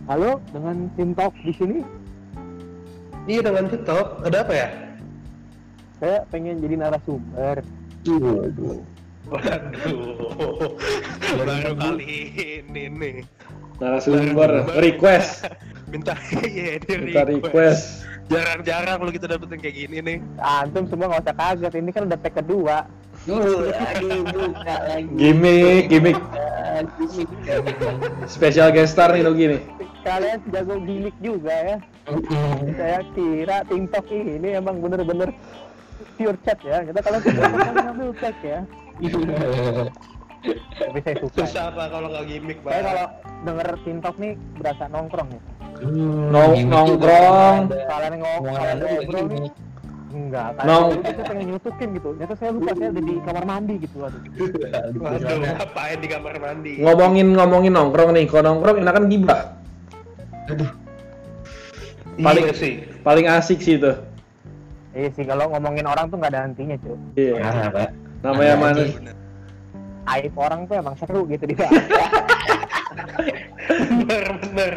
Halo, dengan Tim Talk di sini. Iya dengan TikTok, ada apa ya? Saya pengen jadi narasumber. Waduh. Waduh, baru kali ini nih. Narasumber request. Minta iya dia Minta request. Jarang-jarang kalau kita dapetin kayak gini nih. Antum semua nggak usah kaget, ini kan udah tag kedua. Aduh, buka lagi. Gimik. Special guest star nih lo gini. Kalian jago gimmick juga ya. Saya kira Tim Talk ini emang bener-bener pure chat ya. Kita kalau kan ngambil tag ya. Tapi saya suka. Susah apa kalau nggak gimmick, Saya Bang? kalau denger Tim Talk nih berasa nongkrong ya. Nongkrong. Kalian ngobrol nih. Enggak, saya pengen nyutukin gitu. Ternyata saya lupa saya ada di kamar mandi gitu. Waduh, ngapain di kamar mandi? Ngomongin nongkrong nih. Kalau nongkrong enakan gibah. Iya sih. Paling asik sih itu. Iya sih, kalau ngomongin orang tuh nggak ada hentinya cuy. Iya. Parah, Pak. Namanya mana? Aib orang tuh emang seru gitu dia. Bener.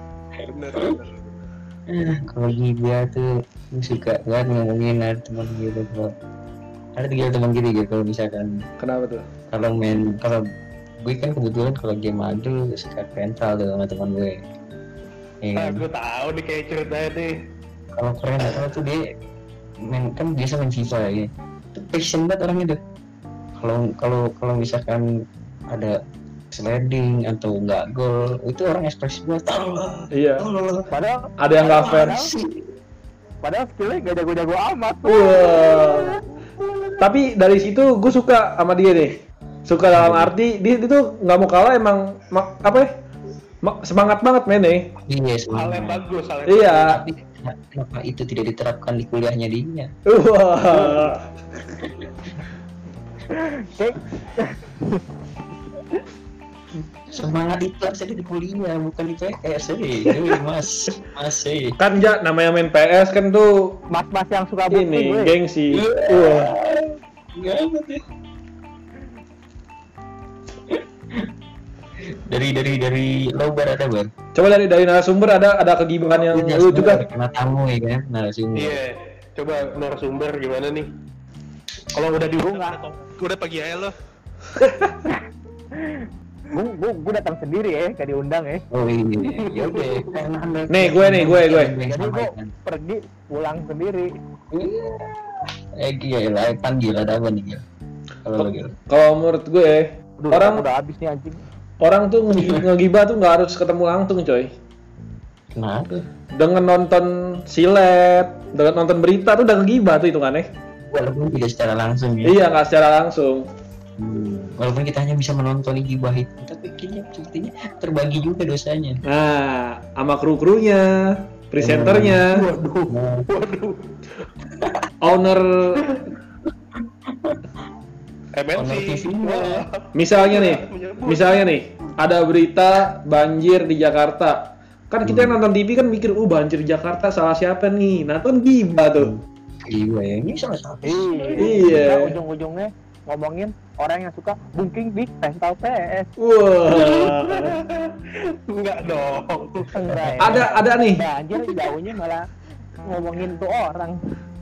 Kalau dia tuh suka banget ngomongin ada teman gitu, Bro. Ada 3 teman gitu kalau misalkan Kenapa tuh? kalau gue kan kebetulan kalau game aduh suka rental tuh sama teman gue. Iya. Gue tahu nih kayak ceritanya nih. Kalau rental tuh dia kan biasa main FIFA ya. Itu passion banget orangnya tuh. Kalau misalkan ada sliding atau nggak gol itu orang ekspresi banget. Iya. Padahal Ada yang nggak fair. Padahal skillnya gak jago-jago amat. Wah. Tapi dari situ gue suka sama dia nih. Suka dalam arti dia tuh nggak mau kalah emang semangat banget mainnya. Iya, Hal yang bagus, hal yang Iya. Tapi kenapa itu tidak diterapkan di kuliahnya dia? Wah. Kayak Semangat itu harus ada di kuliah, bukan di PS. Mas. Kan ya namanya main PS kan tuh mas-mas yang suka booking ini gue. gengsi. Wah. Gimana ya? Dari Lobar ada Bar. Coba dari narasumber ada kegibahan yang lu juga. Kena tamu ya kan, narasumber. Iya, coba narasumber gimana nih? Kalau udah diundang, udah pagi aja lo. Gue datang sendiri ya, gak diundang ya. Oh iya, ya udah. Nih, gue. Jadi gue pergi pulang sendiri. Gila, panggil ada apa nih Gil? Kalau lo Gil? Kalau menurut gue, Aduh, orang udah habis nih anjing. orang tuh ngegibah tuh nggak harus ketemu langsung, coy. Kenapa? Dengan nonton silet, dengan nonton berita tuh udah ngegibah tuh hitungannya. Walaupun tidak secara langsung ya. Iya, nggak secara langsung. Walaupun kita hanya bisa menonton gibah itu, tapi kayaknya sepertinya terbagi juga dosanya. Nah, sama kru-krunya, presenternya, Waduh. owner. MNC. TV-nya. Misalnya nih, ada berita banjir di Jakarta. Kan kita yang nonton TV kan mikir, banjir di Jakarta salah siapa nih? Nah, itu kan gibah tuh. Gibah ya, ini salah satu. Iya. Nah, ujung-ujungnya ngomongin orang yang suka booking di rental PS. Wah. Enggak dong. Enggak ya. Ada nih. Banjir jauhnya malah ngomongin tuh orang.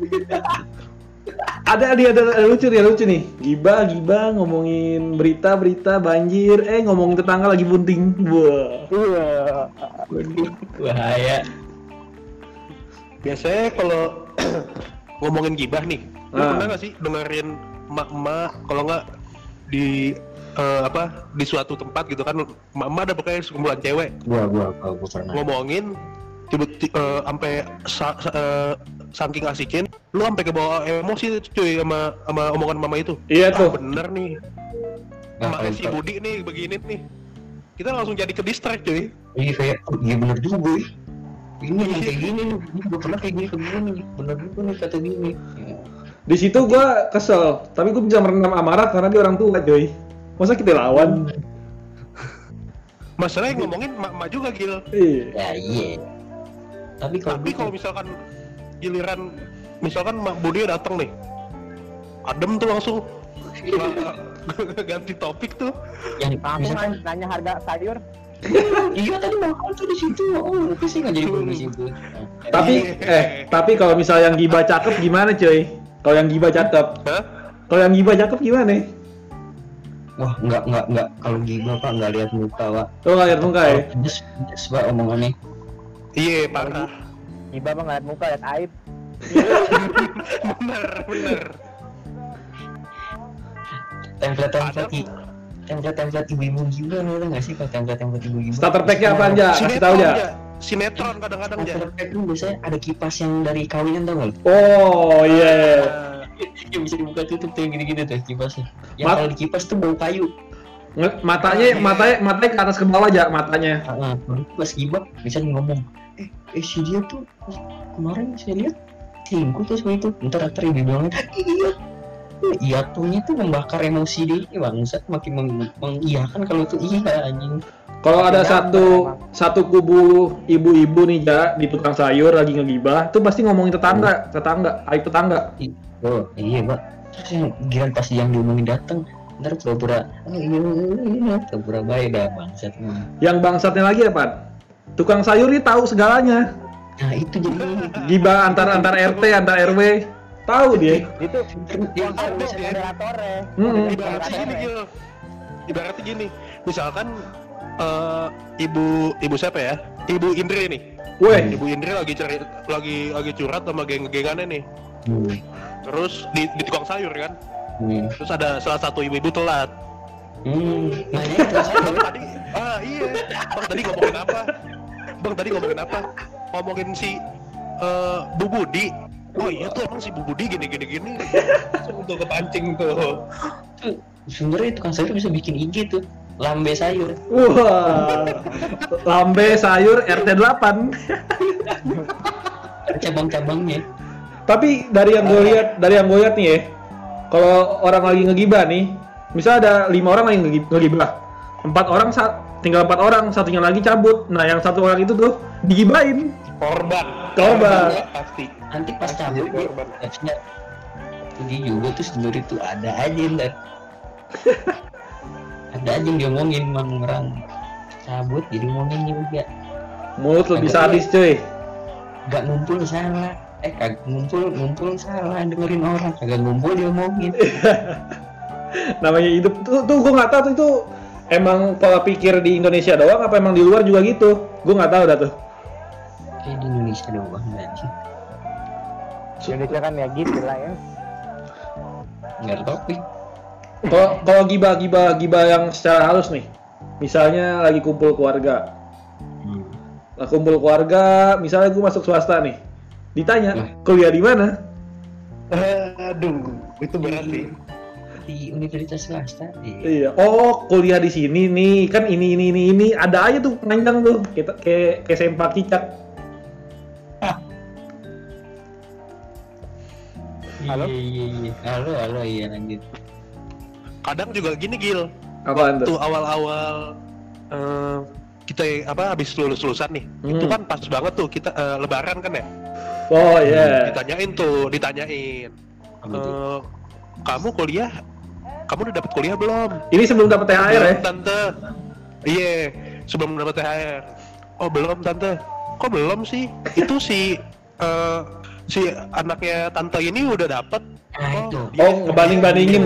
Ada lucu nih. Gibah ngomongin berita banjir, ngomongin tetangga lagi bunting. Wah. Iya. Bahaya. Biasanya kalau ngomongin gibah nih, lu Ah. pernah nggak sih dengerin emak-emak kalau nggak di di suatu tempat gitu kan, emak-emak ada pokoknya sekumpulan cewek Gua pernah. ngomongin sampai saking asikin, lu sampai kebawa emosi cuy sama omongan mama itu. Iya tuh. Bener nih, emaknya si Budi nih begini nih, kita langsung jadi ke distract cuy. Iya kayak, iya bener juga boy. Ini yang kayak gini nih, gue pernah kayak gini begini, bener juga nih kata gini. Di situ gua kesel, tapi gua bisa merenam amarah karena dia orang tua, coy. Masa kita lawan? Masalahnya ngomongin emak juga Gil. Iya. Ya iya. Tapi Kalau misalkan giliran misalkan Mak Budi datang nih, adem tuh langsung ganti topik tuh. yang Langsung nanya harga sayur Iya tadi makan tuh di situ. Oh, oke sih nggak jadi bagus itu. Tapi kalau misalnya yang gibah cakep gimana cuy? Kalau yang gibah cakep? Hah? Kalau yang gibah cakep gimana? Wah, enggak. Kalau gibah Pak nggak lihat muka, Pak. Oh nggak lihat muka ya? Pedes Pak omongannya. Iya, parah. Tiba mah ngeliat muka, liat aib. Bener. Template ibu-ibu gibah ada nggak sih kalau template ibu-ibu? Starter pack-nya apa aja? Kasih tahu aja. Sinetron kadang-kadang aja. Starter pack itu biasanya ada kipas yang dari kawinan tau nggak? Oh iya. Yang bisa dibuka tutup tuh yang gini-gini tuh kipasnya. Yang Mat- kalau di kipas tuh bau kayu. Matanya ke atas ke bawah aja matanya. Pas gibah bisa ngomong, si dia tuh kemarin saya lihat selingkuh tuh sama itu. Ntar ibu bilangnya, iya tuhnya tuh membakar emosi dia bangsat, makin mengiyakan kalau itu iya anjing. Kalau ada satu kubu ibu-ibu nih ja di tukang sayur lagi ngegibah, tuh pasti ngomongin tetangga, aib tetangga. Oh iya Pak. Terus yang giran pas yang diomongin datang, ntar pura-pura baik dah bangsat. Yang bangsatnya lagi apa? Tukang sayur ini tahu segalanya. Nah itu jadi Gibah antar RT, antar RW. Tahu dia. Itu yang Ada bisa ya. moderatornya. Ibaratnya gini, misalkan ibu siapa ya? Ibu Indri nih. Weh, Ibu Indri lagi curhat sama geng-gengannya nih. Terus di tukang sayur kan. Terus ada salah satu ibu-ibu telat. Nanya itu Bang tadi, iya. Bang tadi ngomongin apa? Ngomongin si Bu Budi. Oh iya tuh emang si Bu Budi gini. Untuk kepancing tuh. sebenarnya tukang sayur bisa bikin IG tuh, lambe sayur. wah, lambe sayur RT 8. Cabang-cabangnya. Tapi dari yang gue lihat nih ya, kalau orang lagi ngegibah nih, misal ada 5 orang lagi ngegibah, 4 orang tinggal 4 orang, satunya lagi cabut. Nah yang satu orang itu tuh digibahin. Korban. Pasti. Nanti pas cabut dia capsnya dia juga tuh sebenarnya tuh ada aja ntar. Ada aja yang diomongin mang orang cabut jadi ngomongin juga. Mulut lebih sadis cuy. Gak ngumpul salah. Kagak ngumpul salah dengerin orang, kagak ngumpul diomongin. Namanya hidup tuh gue nggak tahu tuh itu emang pola pikir di Indonesia doang apa emang di luar juga gitu. Gue nggak tahu dah tuh. Kayak di Indonesia doang aja. Indonesia kan ya gitu lah ya. Nggak ada topik. Kalau gibah yang secara halus nih, misalnya lagi kumpul keluarga, misalnya gue masuk swasta nih, ditanya kuliah di mana? Aduh, itu berat sih. Di universitas swasta. Iya. Oh, kuliah di sini nih, kan ini ada aja tuh panjang tuh, kayak sempak cicak. Halo. Iya. Halo iya lanjut. Kadang juga gini Gil. Apaan tuh? Tuh awal-awal kita habis lulusan nih. Itu kan pas banget tuh kita lebaran kan ya. Oh iya. Ditanyain. Kamu udah dapat kuliah belum? Ini sebelum dapat THR ya? Tante. Iya, sebelum dapat THR. Oh, belum tante. Kok belum sih? Itu si anaknya tante ini udah dapat. Nah itu. Ngebanding-bandingin.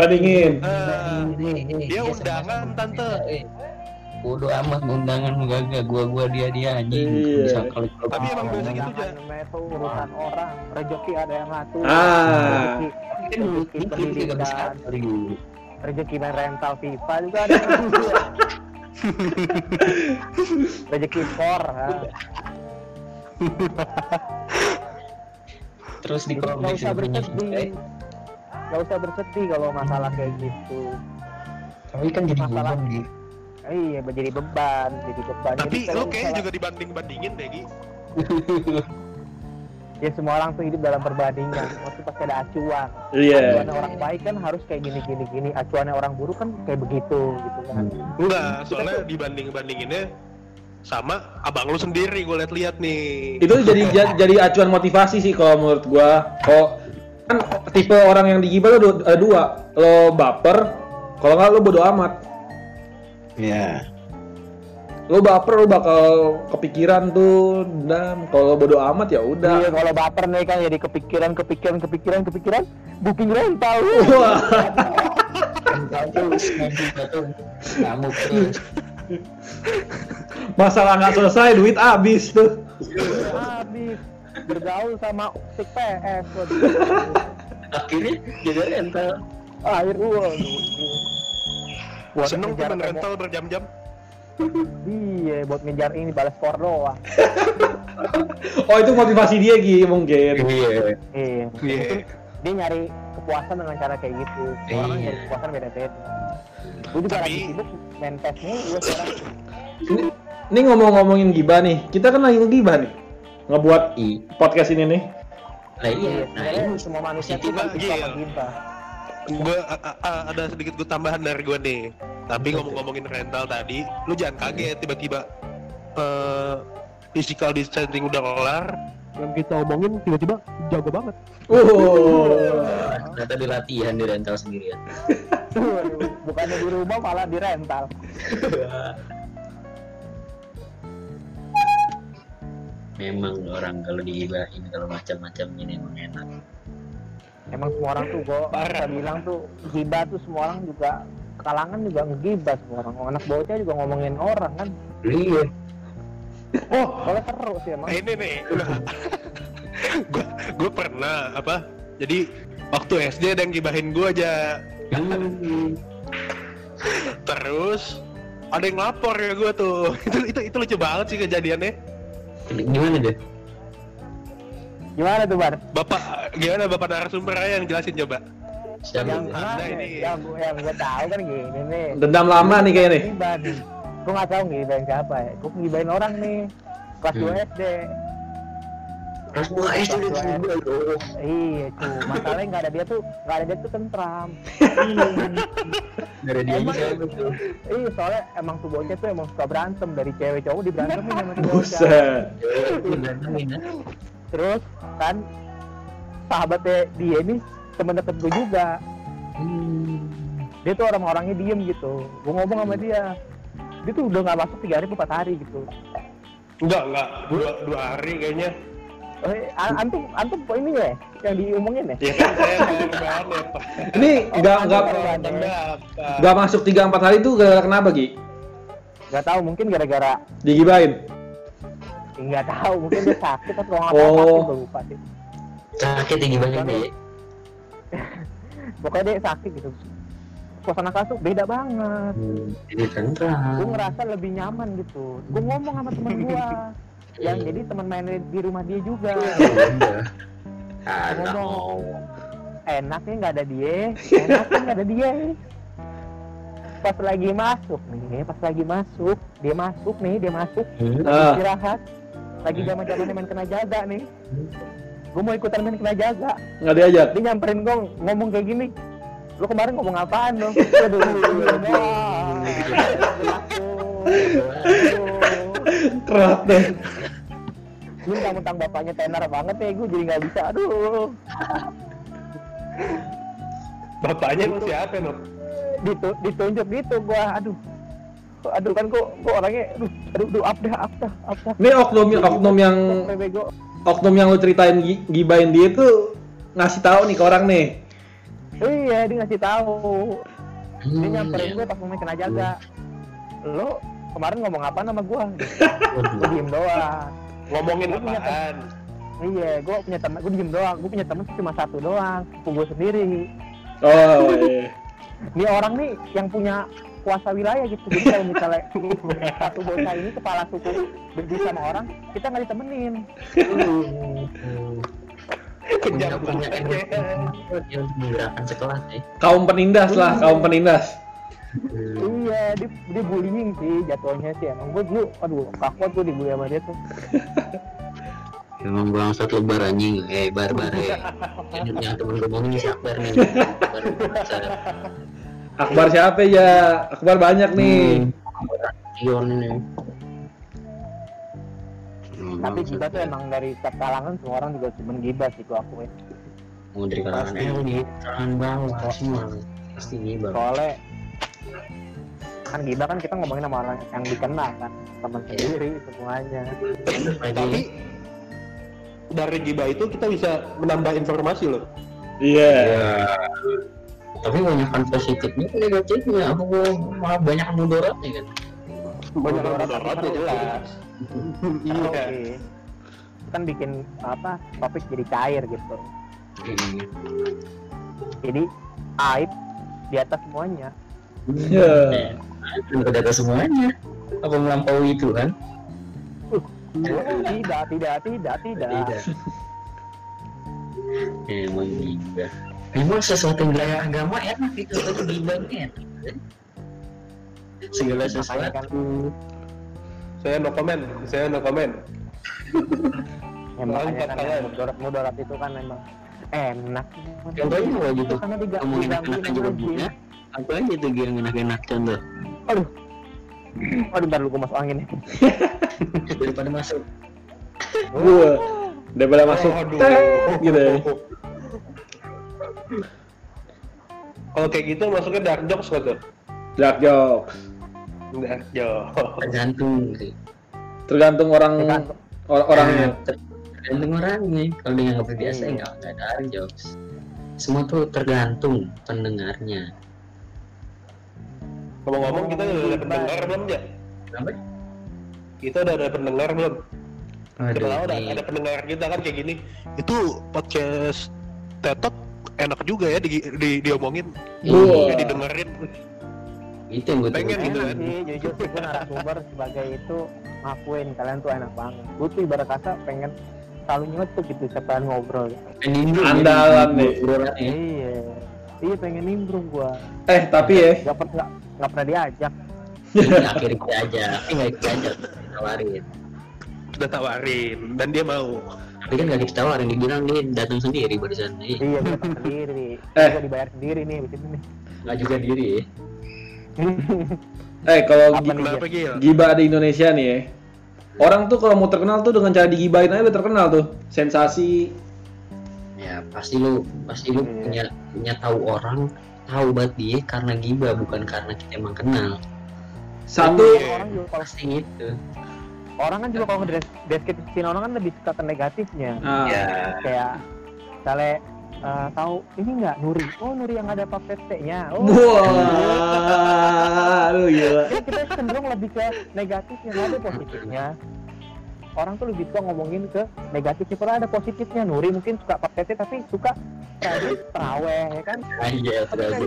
Dia undangan tante. Bodoh amat undangan gagak, gua dia anjing. Iya. Bisa kalau Tapi emang biasa gitu aja. Itu urusan orang, rezeki ada yang ngatur. kan Rezeki pendidikan, dulu. rezeki main rental FIFA juga ada yang ngatur. Rezeki skor. Terus di Nggak usah bersedih. Nggak usah bersedih kalau masalah kayak gitu. Tapi kan jadi Masalah. beban gitu. Iya, jadi beban. Tapi Jadi lo kalau kayaknya misalnya- juga dibanding-bandingin deh, Gi. Ya semua orang tuh hidup dalam perbandingan. Pasti ada acuan. Iya. Acuannya orang baik kan harus kayak gini. Acuannya orang buruk kan kayak begitu gitu kan. Enggak, soalnya dibanding-bandinginnya sama abang lu sendiri gue lihat nih. Itu jadi acuan motivasi sih kalau menurut gua. Kalau kan tipe orang yang digibah ada 2. Lo baper, kalau nggak lo bodo amat. Iya. lo baper lo bakal kepikiran tuh, dan kalau bodo amat ya Iya, udah. kalau baper nih kan jadi kepikiran, booking rental. Wah, Rental terus, nanti tuh ngamuk terus. masalah nggak selesai duit habis tuh. Habis bergaul sama sik PS. Akhirnya jadi rental. Akhir buat Seneng tuh ngejar main rental berjam-jam. Iya, buat ngejar ini balas skor doang. Oh itu motivasi dia Gi mungkin. Iya. Iya. Iya. Mungkin dia nyari kepuasan dengan cara kayak gitu. Orang kan Iya. nyari kepuasan beda-beda. Gue juga Tapi- lagi sibuk main PES nih, gue sekarang. Ini ngomongin gibah nih, kita kan lagi ngegibah nih, ngebuat Iya. podcast ini nih. Nah iya, Iya, nah sebenarnya ini semua manusia tuh Positif kan lagi suka ya. menggibah. Gue ada sedikit gue tambahan dari gue nih. Tapi ngomongin rental tadi, lu jangan kaget tiba-tiba physical distancing udah kelar, yang kita omongin tiba-tiba jago banget. ternyata di latihan di rental sendirian. Waduh, bukannya di rumah malah di rental. Memang orang kalau digibahin kalau macam-macam ini emang enak. Emang semua orang tuh gue bisa bilang tuh gibah tuh semua orang juga kalangan juga ngegibah semua orang. Anak bocah juga ngomongin orang kan. Iya. Oh, kalau seru sih emang. Ini nih, gue pernah apa? Jadi waktu SD ada yang gibahin gue aja. Terus ada yang lapor ya gue tuh. Itu lucu banget sih kejadiannya. Gimana deh? Gimana tuh, Bar? Gimana bapak narasumber aja yang jelasin coba? Siapa Yang tuh? Ada mana? ini. Yang gue tahu kan gini nih. Dendam lama nih kayaknya nih. Gibah nih. Gue nggak tahu ngibahin siapa ya. Gue ngibahin orang nih. Kelas 2 SD. Kelas 2 SD udah gibah loh. Iya, cuy. Masalahnya nggak ada dia tuh tentram. Gak ada dia aja siapa tuh? Iya, soalnya emang tuh bocah tuh emang suka berantem dari cewek cowok diberantemin sama si bocah. Buset. Diberantemin ya? Terus kan sahabatnya dia ini temen deket gue juga. Dia tuh orang-orangnya diem gitu. Gue ngomong sama dia. Dia tuh udah nggak masuk 3 hari 4 hari gitu. Enggak, dua hari kayaknya. Antum kok ini ya yang diomongin ya? Ya kan saya korban ya Pak. Ini nggak Pendapat. nggak masuk 3-4 hari tuh gara-gara kenapa Gi? Gak tahu, mungkin gara-gara Digibahin. nggak tahu, mungkin dia sakit atau apa Oh. sakit gue lupa sih. Sakit ya gibahin deh. Pokoknya dia sakit gitu. Suasana kelas tuh beda banget. Jadi tentram. Gue ngerasa lebih nyaman gitu. Gue ngomong sama temen gue yang jadi teman main di rumah dia juga. Anak Ngomong. mau. Enaknya nggak ada dia, enaknya nggak ada dia. Pas lagi masuk, dia masuk, Ah. istirahat. Lagi zaman-zamannya main kena jaga nih. Gue mau ikutan main kena jaga. Nggak diajak. Dia nyamperin gue ngomong kayak gini. Lu kemarin ngomong apaan lo? Aduh, wah. Keras deh. Lu mentang-mentang bapaknya tenar banget ya, gue jadi nggak bisa. Aduh. Bapaknya lu siapa no? Ditunjuk gitu gua. Aduh kan gua orangnya aduh up dah. Ini oknum yang Bego. oknum yang lu ceritain gibahin dia tuh ngasih tahu nih ke orang nih. Iya, dia ngasih tahu. Dia nyamperin Iya. gue pas mau kena jaga. Lo kemarin ngomong apa sama gua? Gue diem doang. Ngomongin Lu punya apaan? Iya, gue punya teman, gue diem doang. Gue punya teman cuma satu doang, sepupu gue sendiri. Oh iya. Ini orang nih yang punya kuasa wilayah gitu. Jadi kalau misalnya satu bocah ini kepala suku benci sama orang, kita nggak ditemenin. Kejam punya banget. dia untuk menggerakkan sekelas ya. Kaum penindas lah, kaum penindas. Iya, dia bullying sih jatuhnya sih. Emang gue dulu, aduh, kakuat gue dibully sama dia tuh. Emang bangsat lebar anjing, barbar ya. Yang temen gue ngomongin si Akbar nih. Akbar bangsat. Akbar siapa ya? Akbar banyak nih. Ion ini. Tapi kita tuh emang dari setiap kalangan semua orang juga cuma gibah sih gue akuin. Mau dari kalangan elit, kalangan bawah semua pasti gibah. Soalnya Kan gibah kan kita ngomongin sama orang yang dikenal kan, teman sendiri semuanya. Tapi dari gibah itu kita bisa menambah informasi loh. Iya. Tapi banyak kan positifnya, negatifnya. Apa malah banyak mudaratnya kan? Banyak Mudarat mudaratnya tapi jelas. Iya. Oke. Kan bikin apa topik jadi cair gitu. Jadi aib di atas semuanya. Iya. Udah ada semuanya. Apa melampaui itu kan? Tidak. Emang gibah. Memang sesuatu yang dilarang agama enak itu gibahnya. Segala Makanya kan sesuatu. Saya no comment. ya, makanya kan mudarat itu kan memang enak. Contohnya apa gitu? Karena Ngomongin enak-enak aja punya. Apa aja tuh yang enak-enak contoh? Aduh, bentar lu gue masuk angin nih. Daripada masuk. Gua daripada masuk gitu ya. Kalau kayak gitu masuknya dark jokes nggak tuh? Dark jokes. Dark jokes. Tergantung sih. Tergantung orangnya. Tergantung orangnya. Kalau dia nggak biasa nggak ada jokes. Semua tuh tergantung pendengarnya. Ngomong-ngomong kita udah ada pendengar belum ya? Kenapa? Kita udah ada pendengar belum? Kita tahu nih. ada pendengar kita kan kayak gini. Itu podcast Tetot enak juga ya diomongin, Wah. ya didengerin. Itu yang gue Pengen gitu Enak kan. sih, jujur sih gue narasumber sebagai itu ngakuin kalian tuh enak banget. Gue tuh ibarat kata pengen selalu nyetuk gitu setiap ngobrol. Andalan nih. Iya pengen nimbrung gua. Tapi ya. Nggak pernah diajak. Akhirnya kita aja, tapi nggak kita ajak, tawarin. Udah tawarin dan dia mau. Tapi kan nggak ditawarin, dibilang dia datang sendiri barusan. Iya gue sendiri. Gue dibayar sendiri nih di sini nih. Nggak juga diri. Kalau Apa nih, Kenapa Gil? gibah di Indonesia nih ya. Orang tuh kalau mau terkenal tuh dengan cara digibahin aja udah terkenal tuh. Sensasi. Ya pasti lu punya tahu orang, tahu banget dia karena gibah, bukan karena kita emang kenal. Satu Orang juga kalau Pasti gitu. orang kan juga kalau ngedeskripsiin orang kan lebih suka ke negatifnya. Kayak misalnya tahu ini nggak Nuri, Nuri yang ada papetnya, wah, lu gila. Jadi kita cenderung lebih ke negatifnya, nggak ada positifnya. Orang tuh lebih suka ngomongin ke negatifnya, padahal ada positifnya. Nuri mungkin suka papetnya tapi suka rajin terawih, ya kan? Iya, Tapi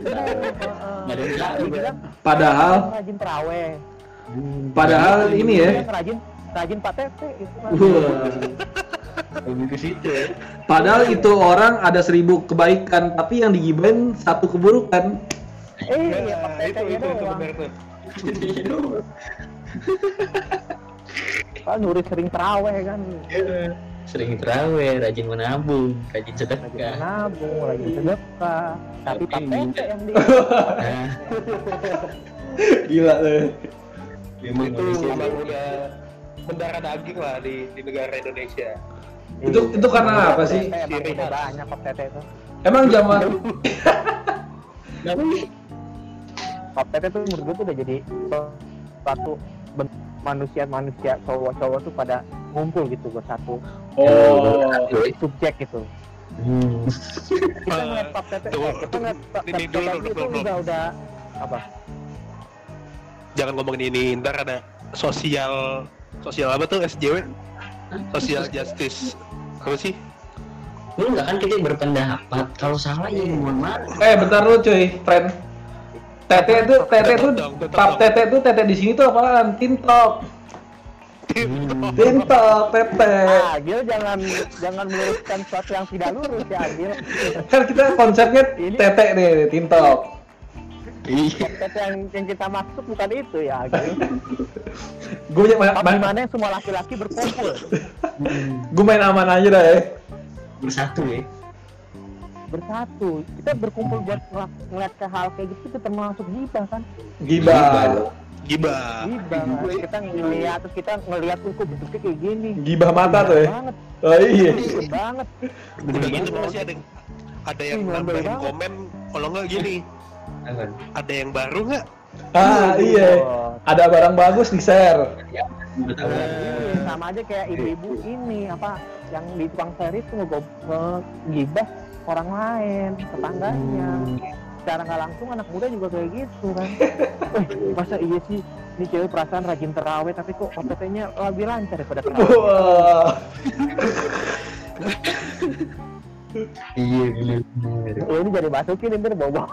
Padahal rajin terawih. ini ya. Rajin Pak Tete itu kan. Lebih ke situ ya. Padahal itu orang ada 1000 kebaikan, tapi yang digibahin 1 keburukan. Iya, Pak Tete itu doang. benar tuh. Pak Nuri sering terawih kan. Sering terawih, rajin menabung, rajin Rajin sedekah. menabung, rajin sedekah. Tapi Pak Tete yang di Nah, Gila tuh. memang Itu manusia emang udah mendarah daging lah di negara Indonesia. Itu karena apa sih? Emang udah banyak Pak Tete itu. Emang zaman Pak Tete tuh menurut gue tuh udah jadi satu manusia cowok-cowok tuh pada ngumpul gitu bersatu subjek gitu. Kita ngeliat Pak Tete, kita ngeliat Pak Ini Tete dulu, itu belum. udah apa? Jangan ngomongin ini, ntar ada sosial apa tuh SJW? Social justice apa sih? Lu nggak kan kita berpendapat, kalau salah ya mohon maaf. bentar lu cuy, friend. Tete tuh Pap Tete tuh Tete di sini tuh apaan? Tintok, Tete. Agil jangan meluruskan sesuatu yang tidak lurus ya Agil. Kan kita konsepnya Tete nih, Tintok. Iya. Tete yang kita maksud bukan itu ya Agil. Gue Bagaimana semua laki-laki berkumpul main aman aja dah ya. Bersatu ya. bersatu, kita berkumpul buat ngeliat ke hal kayak gitu itu termasuk gibah kan? Gibah. Gibah. Gibah kan? Kita ngeliat tuh kok bentuknya kayak gini. Gibah mata tuh ya. Banget, Oh iya. gibah banget. Udah gitu masih ada yang nambahin komen, kalau nggak gini, Apa? ada yang baru nggak? Iya. Ada barang bagus di share. Ya, udah tahu lah. Iya, sama aja kayak ibu-ibu ini apa yang di tukang seri itu ngegibah orang lain, tetangganya. Secara nggak langsung anak muda juga kayak gitu kan. Masa iya sih ini cewek perasaan rajin terawih tapi kok OTT-nya lebih lancar daripada terawih. Wah. Iya benar. Ya ini jadi masukin ntar bawa-bawa.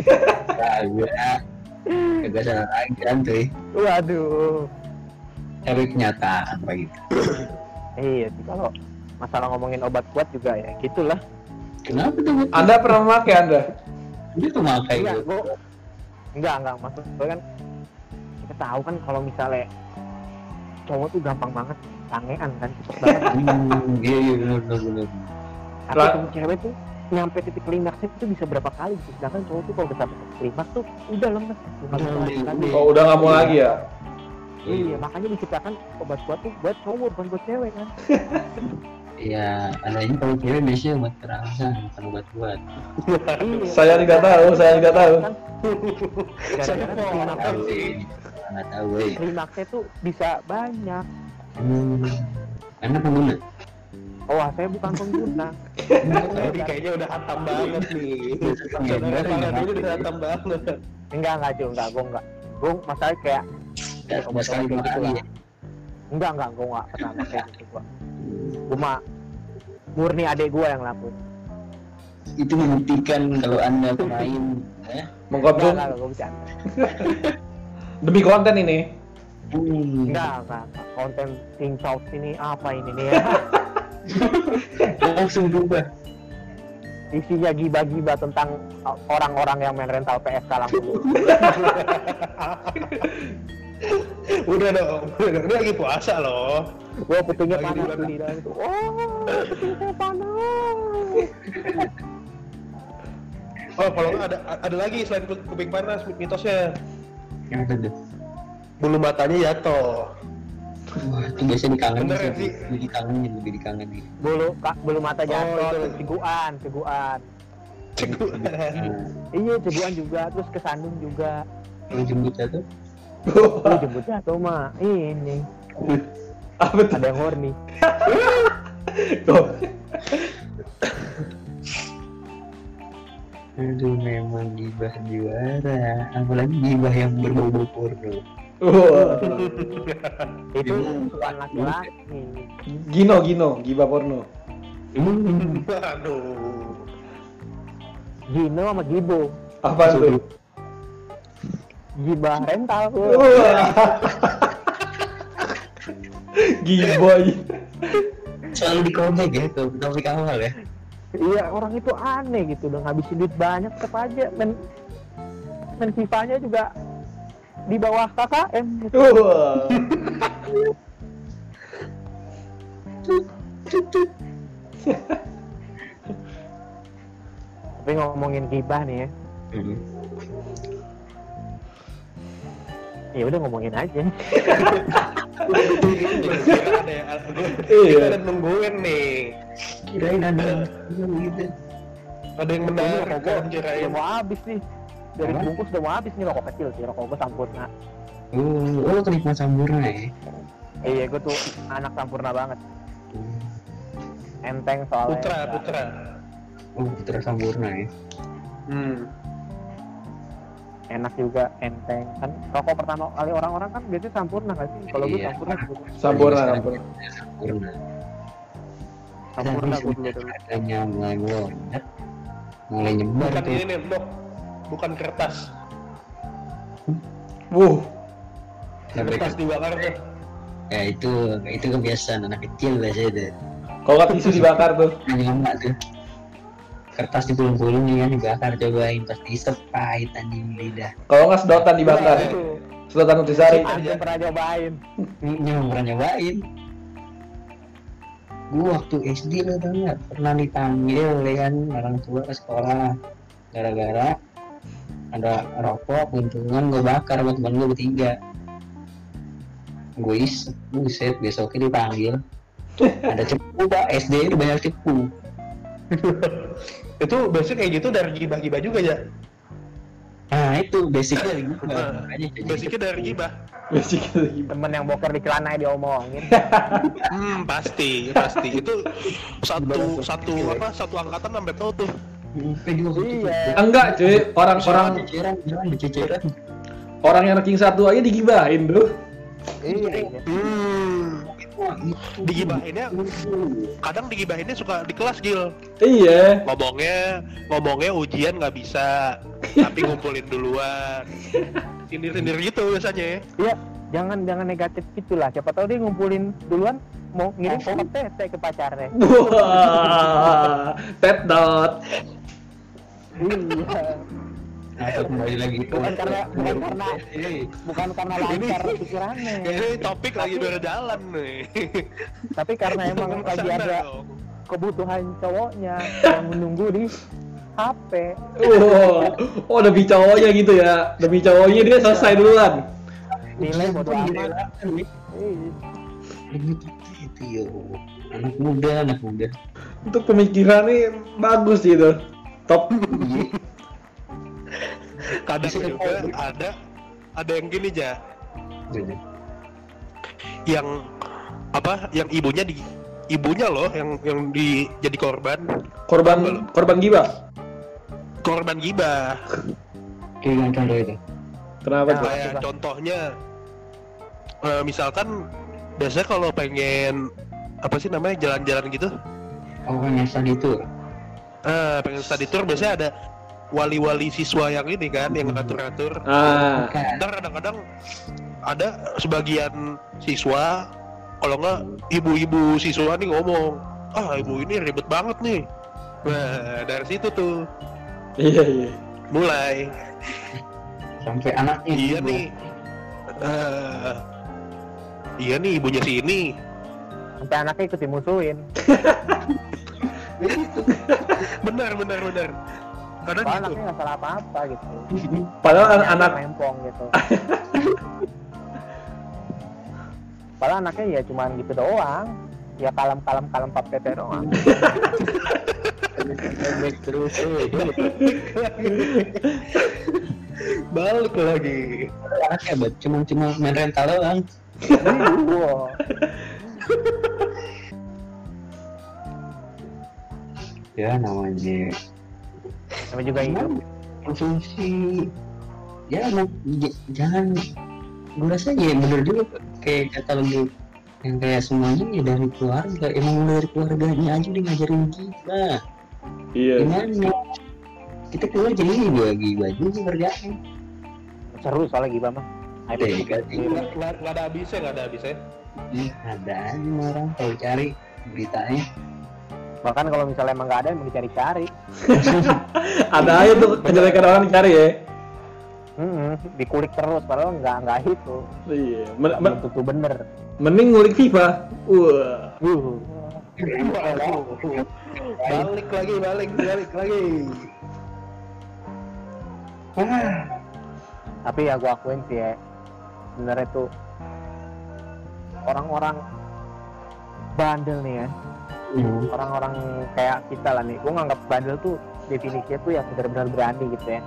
Kagak salah lagi kan tuh. Waduh. Tapi kenyataan begitu. Iya sih kalau masalah ngomongin obat kuat juga ya gitulah. Kenapa tuh? Anda pernah memakai Anda? Dia tuh makai Iya, itu. enggak maksud gue kan kita tahu kan kalau misalnya cowok tuh gampang banget sangean kan cepet banget. Iya benar. Tapi kalau cewek tuh nyampe titik klimaksnya itu bisa berapa kali sih? Sedangkan cowok tuh kalau udah sampai titik klimaks tuh udah lemes. Oh, udah nggak mau lagi ya? Iya, makanya diciptakan obat kuat tuh buat cowok bukan buat cewek kan. Iya, adanya kalau cewek biasanya buat terangsang, bukan buat. Iya. Saya juga tahu. Kan, Saya gara-gara tahu sih. Nggak tahu, weh. klimaksnya tuh bisa banyak. Karena pengguna. Oh, saya bukan pengguna. Tadi kayaknya udah hatam banget nih. Saudara Farhan ini udah hatam banget. Enggak, gue enggak. Gue masalah kayak Sama sekali dua kali ya. Enggak, gue enggak pernah kayak gitu gua. Gue mah murni adek gue yang lakuin. Itu membuktikan kalau Anda pemain Mengkonsum Enggak, gue bercanda. demi konten ini. Enggak. Konten Think Talk ini apa ini nih ya? langsung berubah. Isinya gibah-gibah tentang orang-orang yang main rental PSK langsung. Udah dong, ini lagi puasa loh. Gue putingnya Lagi panas di tuh di dalam itu. Oh, puting saya panas. Oh, kalau nggak ada lagi selain kuping panas mitosnya. Yang itu tuh. Bulu matanya jatuh. Wah, itu biasanya dikangenin Bener ya, sih. Fi? Lebih dikangenin. Bulu mata jatuh, itu. ceguan. Ceguan. Iya, ceguan juga, terus kesandung juga. Kalau jembut tuh. Jemput jatuh mah ini Apa tuh? ada yang horny. Tuh. Aduh, memang gibah juara. Apalagi gibah yang berbau-bau porno. Wah. Itu bukan laki-laki. Gino, gibah porno. Aduh. Gino sama Gibo. Apa tuh? Gibah rental. Wah. Giboy. Selalu dikomik ya ke topik awal ya. Iya, orang itu aneh gitu, udah ngabisin duit banyak tetap aja main FIFA-nya juga di bawah KKM gitu. Wah. Tapi ngomongin gibah nih ya. Ya udah ngomongin aja. Kita ada nungguin nih. Kirain ada gitu. Ada yang menarik Rokok kan udah kirain. mau habis nih. Dari Apa? bungkus udah mau habis nih, rokok kecil sih, rokok gue Sampurna. Oh, kenikmat Sampurna ya. Iya, gue tuh anak Sampurna banget. Enteng soalnya. Putra. Oh, Putra Sampurna ya. Enak juga, enteng. Kan rokok pertama kali orang-orang kan biasanya Sampurna nggak sih? Kalau gue Iya. Sampurna juga. Sampurna. Sampurna. Sampurna gue dulu. Harganya mulai melonjak, mulai nyebar Bukan tuh. ini nih, Dok. Bukan kertas. Kertas dibakar tuh. Ya itu kebiasaan anak kecil biasanya itu. Kalau nggak tisu dibakar tuh. Lama tuh. Kertas dipulung-pulung nih kan dibakar, cobain pasti isep pahit anjing lidah. Kalau nggak sedotan dibakar. Sedotan Nutrisari. Anjing pernah nyobain. Nyoba pernah nyobain. Gua waktu SD lo tau nggak pernah dipanggil ya kan orang tua ke sekolah gara-gara ada rokok untungan gue bakar sama teman gue bertiga. Gue isep, buset, besoknya dipanggil ada cepu pak, SD itu banyak cepu. Itu biasanya kayak gitu dari gibah-gibah juga ya. Nah itu basicnya gitu. Makanya jadi Basicnya dari gibah. Basicnya lagi. Temen yang boker di celana diomongin. Pasti itu satu angkatan sampai tahu tuh. Iya. Enggak cuy, orang-orang ceceran. orang yang ranking 1 aja digibahin tuh. Iya. Digibahinnya kadang digibahinnya suka di kelas Gil. Iya. Ngomongnya ujian nggak bisa, tapi ngumpulin duluan. Sindir-sindir gitu biasanya ya. Iya, jangan negatif gitulah. Siapa tahu dia ngumpulin duluan mau ngirim tete ke pacarnya. Wah, tet dot. Iya. Nah, kembali lagi itu. Bukan karena lancar pikirannya. Ini topik lagi berjalan nih. Tapi karena emang lagi Bercanda ada dong. kebutuhan cowoknya yang menunggu di HP. Oh, demi cowoknya gitu ya. Demi cowoknya dia selesai duluan. Nilai bodo amat. Iya. Itu yo. Anak muda. Untuk pemikirannya bagus gitu. Top. Kadang juga ada yang gini Ja, yang ibunya loh yang jadi Korban gibah. korban gibah. Kayak contoh itu. Kenapa tuh? Kayak contohnya misalkan biasanya kalau pengen apa sih namanya jalan-jalan gitu, Kan yang tadi itu. pengen study tour biasanya ada wali-wali siswa yang ini kan yang ngatur-ngatur. Ntar kadang-kadang ada sebagian siswa, kalau nggak ibu-ibu siswa nih ngomong, ibu ini ribet banget nih. Nah dari situ tuh Iya. mulai. Sampai anaknya. Iya nih. Iya nih ibunya si ini. Sampai anaknya ikut dimusuhin. Benar. Kadang Padahal gitu. anaknya nggak salah apa-apa gitu. Padahal anak rempong gitu. Padahal anaknya ya cuman gitu doang. Ya kalem pap tete doang. Terus Balik lagi. anaknya buat cuma main rental doang. Wow. Ya namanya Namanya juga hidup. konsumsi. Ya jangan. Gue rasa ya bener juga kayak kata lu yang kayak semuanya ya dari keluarga. Emang dari keluarganya aja udah ngajarin kita. Iya. Gimana? Kita keluar jadi gibah juga kerjaan. Seru soalnya gibah mah. Ayo, Nggak ada habisnya. Ada aja orang kalau cari beritanya. Bahkan kalau misalnya emang nggak ada, emang dicari-cari. Ada aja tuh kejelekan orang dicari ya. Dikulik terus, padahal nggak itu. Iya. Belum tentu bener. Mending ngulik FIFA. Wah. Balik lagi. Tapi ya gue akuin sih ya, sebenarnya tuh orang-orang bandel nih ya, orang-orang kayak kita lah nih. Gue nganggap bandel tuh definisinya tuh yang benar-benar berani gitu ya.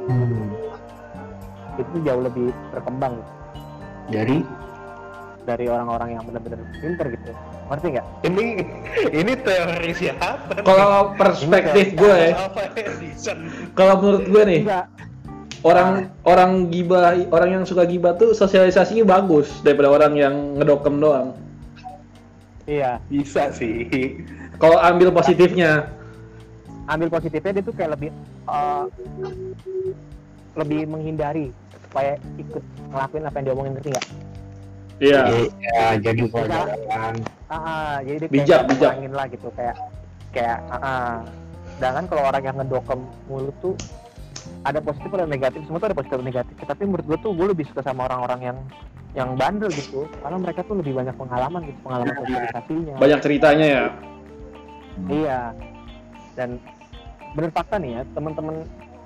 Itu jauh lebih berkembang dari orang-orang yang benar-benar pinter gitu. Ngerti nggak? Ini teori siapa? Kalau perspektif gue ya, kalau menurut gue nih, Enggak. orang gibah, orang yang suka gibah tuh sosialisasinya bagus daripada orang yang ngedokem doang. Iya. Bisa sih. Kalau ambil positifnya, Ambil positifnya dia tuh kayak lebih menghindari supaya ikut ngelakuin apa yang diomongin, ngerti nggak? iya. Ya jadi pelajaran. Jadi dia Bijak. ngurangin lah gitu kayak. Sedangkan kalau orang yang ngedokem mulut tuh ada positif ada negatif, semua tuh ada positif dan negatif. Tapi menurut gue tuh gue lebih suka sama orang-orang yang bandel gitu, karena mereka tuh lebih banyak pengalaman sosialisasinya. Banyak ceritanya ya. Iya. Dan bener fakta nih ya, teman-teman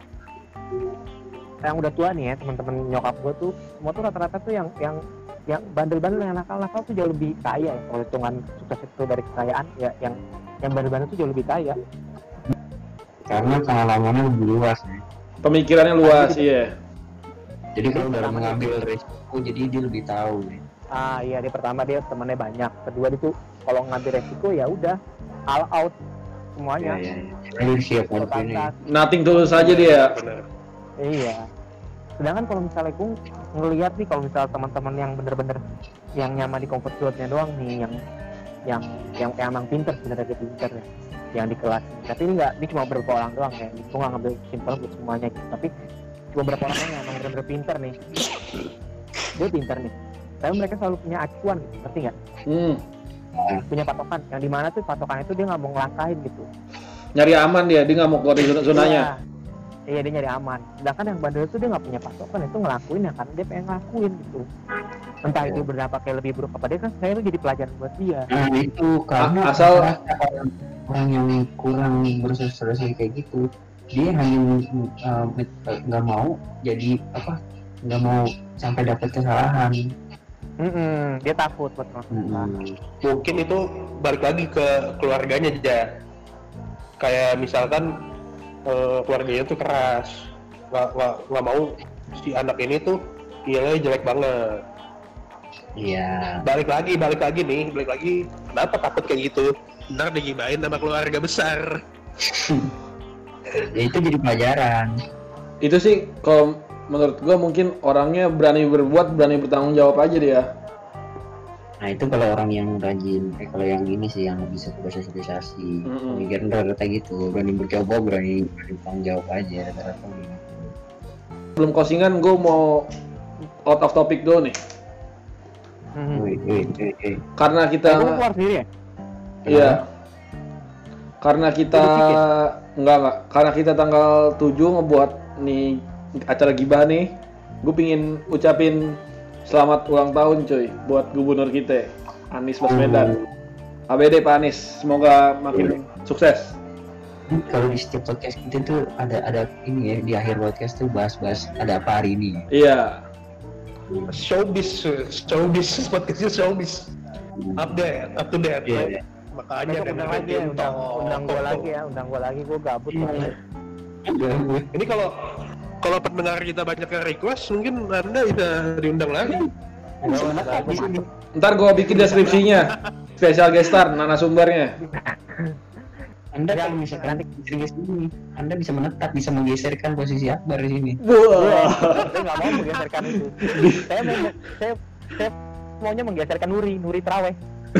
yang udah tua nih ya, teman-teman nyokap gue tuh semua tuh rata-rata tuh yang bandel-bandel, yang nakal-nakal tuh jauh lebih kaya ya. Kalau hitungan sukses itu dari kekayaan ya, yang bandel-bandel tuh jauh lebih kaya. Karena pengalamannya lebih luas. Pemikirannya luas, iya. Jadi kalau dalam Pertama mengambil resiko, jadi dia lebih tahu. Iya, dia pertama dia temennya banyak, kedua dia tuh kalau ngambil resiko ya udah all out semuanya. Jadi siap ngelakuin ini. Nothing tulus aja dia. Bener. Iya. Sedangkan kalau misalnya gue ngelihat nih, kalau misalnya teman-teman yang bener-bener yang nyaman di comfort zone-nya doang nih, yang emang pinter sebenarnya, dia pinter ya, yang di kelas. Tapi ini nggak, ini cuma beberapa orang doang ya. Gue nggak ngambil simpel buat semuanya gitu. Tapi cuma beberapa orang yang emang bener-bener pinter nih. Dia pinter nih. Tapi mereka selalu punya acuan gitu, ngerti nggak? Punya patokan. Yang dimana tuh patokan itu dia nggak mau ngelangkahin gitu. Nyari aman dia nggak mau keluar dari zonanya. Iya, dia nyari aman. Sedangkan yang bandel itu dia nggak punya patokan, itu ngelakuin ya karena dia pengen ngelakuin gitu. Entah itu berdampak kayak lebih buruk apa dia, kan saya itu jadi pelajaran buat dia. Nah itu karena Asal orang yang kurang bersosialisasi kayak gitu, dia hanya nggak mau jadi apa, nggak mau sampai dapat kesalahan. Dia takut buat masalah. Mungkin itu balik lagi ke keluarganya aja. Kayak misalkan keluarganya tuh keras, nggak mau si anak ini tuh nilainya jelek banget. Iya. Balik lagi kenapa takut kayak gitu? Ntar digibain sama keluarga besar. Ya itu jadi pelajaran. itu sih kalau menurut gua mungkin orangnya berani berbuat, berani bertanggung jawab aja dia. Nah itu kalau orang yang rajin, kalau yang ini sih yang bisa bersosialisasi, pemikiran rata-rata gitu, berani bercoba, berani bertanggung jawab aja rata-rata gitu. Belum closingan, gue mau out of topic dulu nih. Karena kita Kamu keluar sendiri ya? iya. Karena kita enggak. Karena kita tanggal 7 ngebuat nih acara gibah nih. Gue pingin ucapin selamat ulang tahun cuy buat gubernur kita Anies Baswedan. ABD Pak Anies, semoga makin sukses. Kalau di setiap podcast kita tuh ada ini ya, di akhir podcast tuh bahas-bahas ada apa hari ini. Iya. Showbiz podcastnya showbiz. Up to date. Iya. Makanya Besok undang lagi ya, undang gue lagi, gue gabut banget. Ini kalau pendengar kita banyak yang request, mungkin Anda bisa diundang lagi. Ntar gue bikin deskripsinya. Spesial guest star, narasumbernya. Anda kalau misalkan sering ke sini, Anda bisa menetap, bisa menggeserkan posisi Akbar di sini. Wah. Saya nggak mau menggeserkan itu. Saya maunya menggeserkan Nuri Traweh.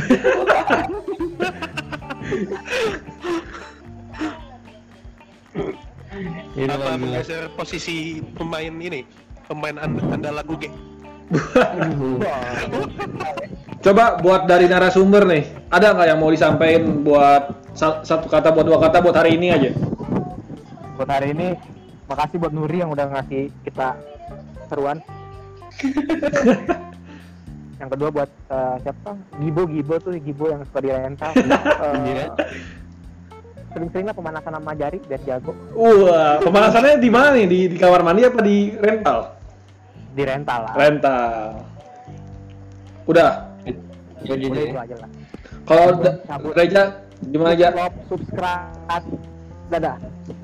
Apa menggeser posisi pemain andalan UG? Coba buat dari narasumber nih, ada nggak yang mau disampaikan buat satu kata, buat dua kata buat hari ini aja? Buat hari ini, makasih buat Nuri yang udah ngasih kita seruan. Yang kedua buat siapa? Gibo tuh, Gibo yang suka dirental. Sering-seringlah pemanasan sama jari dan jago. Wah, pemanasannya di mana nih? Di kamar mandi apa di rental? Di rental lah. Rental. Udah. Udah itu aja lah. Kalau Reja gimana aja? Subscribe. Dadah.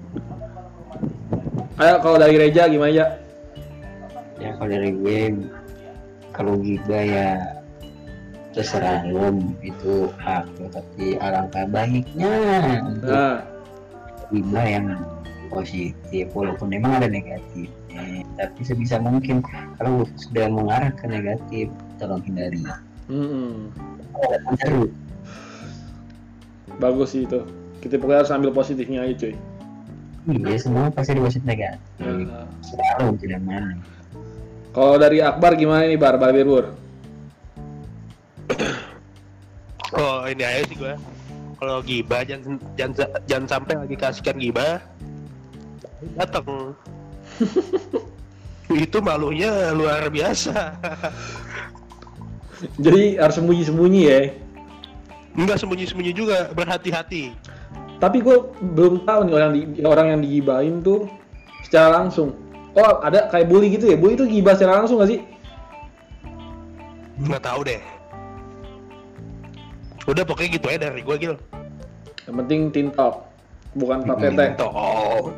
Ayo kalau dari Reja gimana aja? Ya kalau dari gue, kalau gibah ya terserah lo, itu hak lo, tapi alangkah baiknya untuk gibah yang positif, walaupun memang ada negatifnya, tapi sebisa mungkin kalau sudah mengarah ke negatif, tolong hindari. Seru. Bagus sih itu. Kita pokoknya harus ambil positifnya aja cuy. Iya, semua pasti ada positif negatif. Selalu tidak mana. Kalau dari Akbar gimana nih Bar Bur? Oh ini aja sih gue. Kalau gibah jangan sampai lagi kasihkan gibah datang. Itu malunya luar biasa. Jadi harus sembunyi-sembunyi ya? Enggak sembunyi-sembunyi juga, berhati-hati. Tapi gue belum tahu nih orang yang digibahin tuh secara langsung. Oh ada kayak bully gitu ya? Bully itu gibah secara langsung nggak sih? Nggak tahu deh. Udah pokoknya gitu aja dari gue Gil. Yang penting teen talk. bukan Pak Tete. Tintot.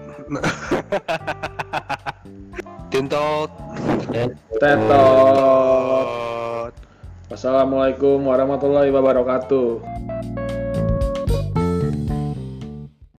Tintot. Tetot. Wassalamualaikum warahmatullahi wabarakatuh.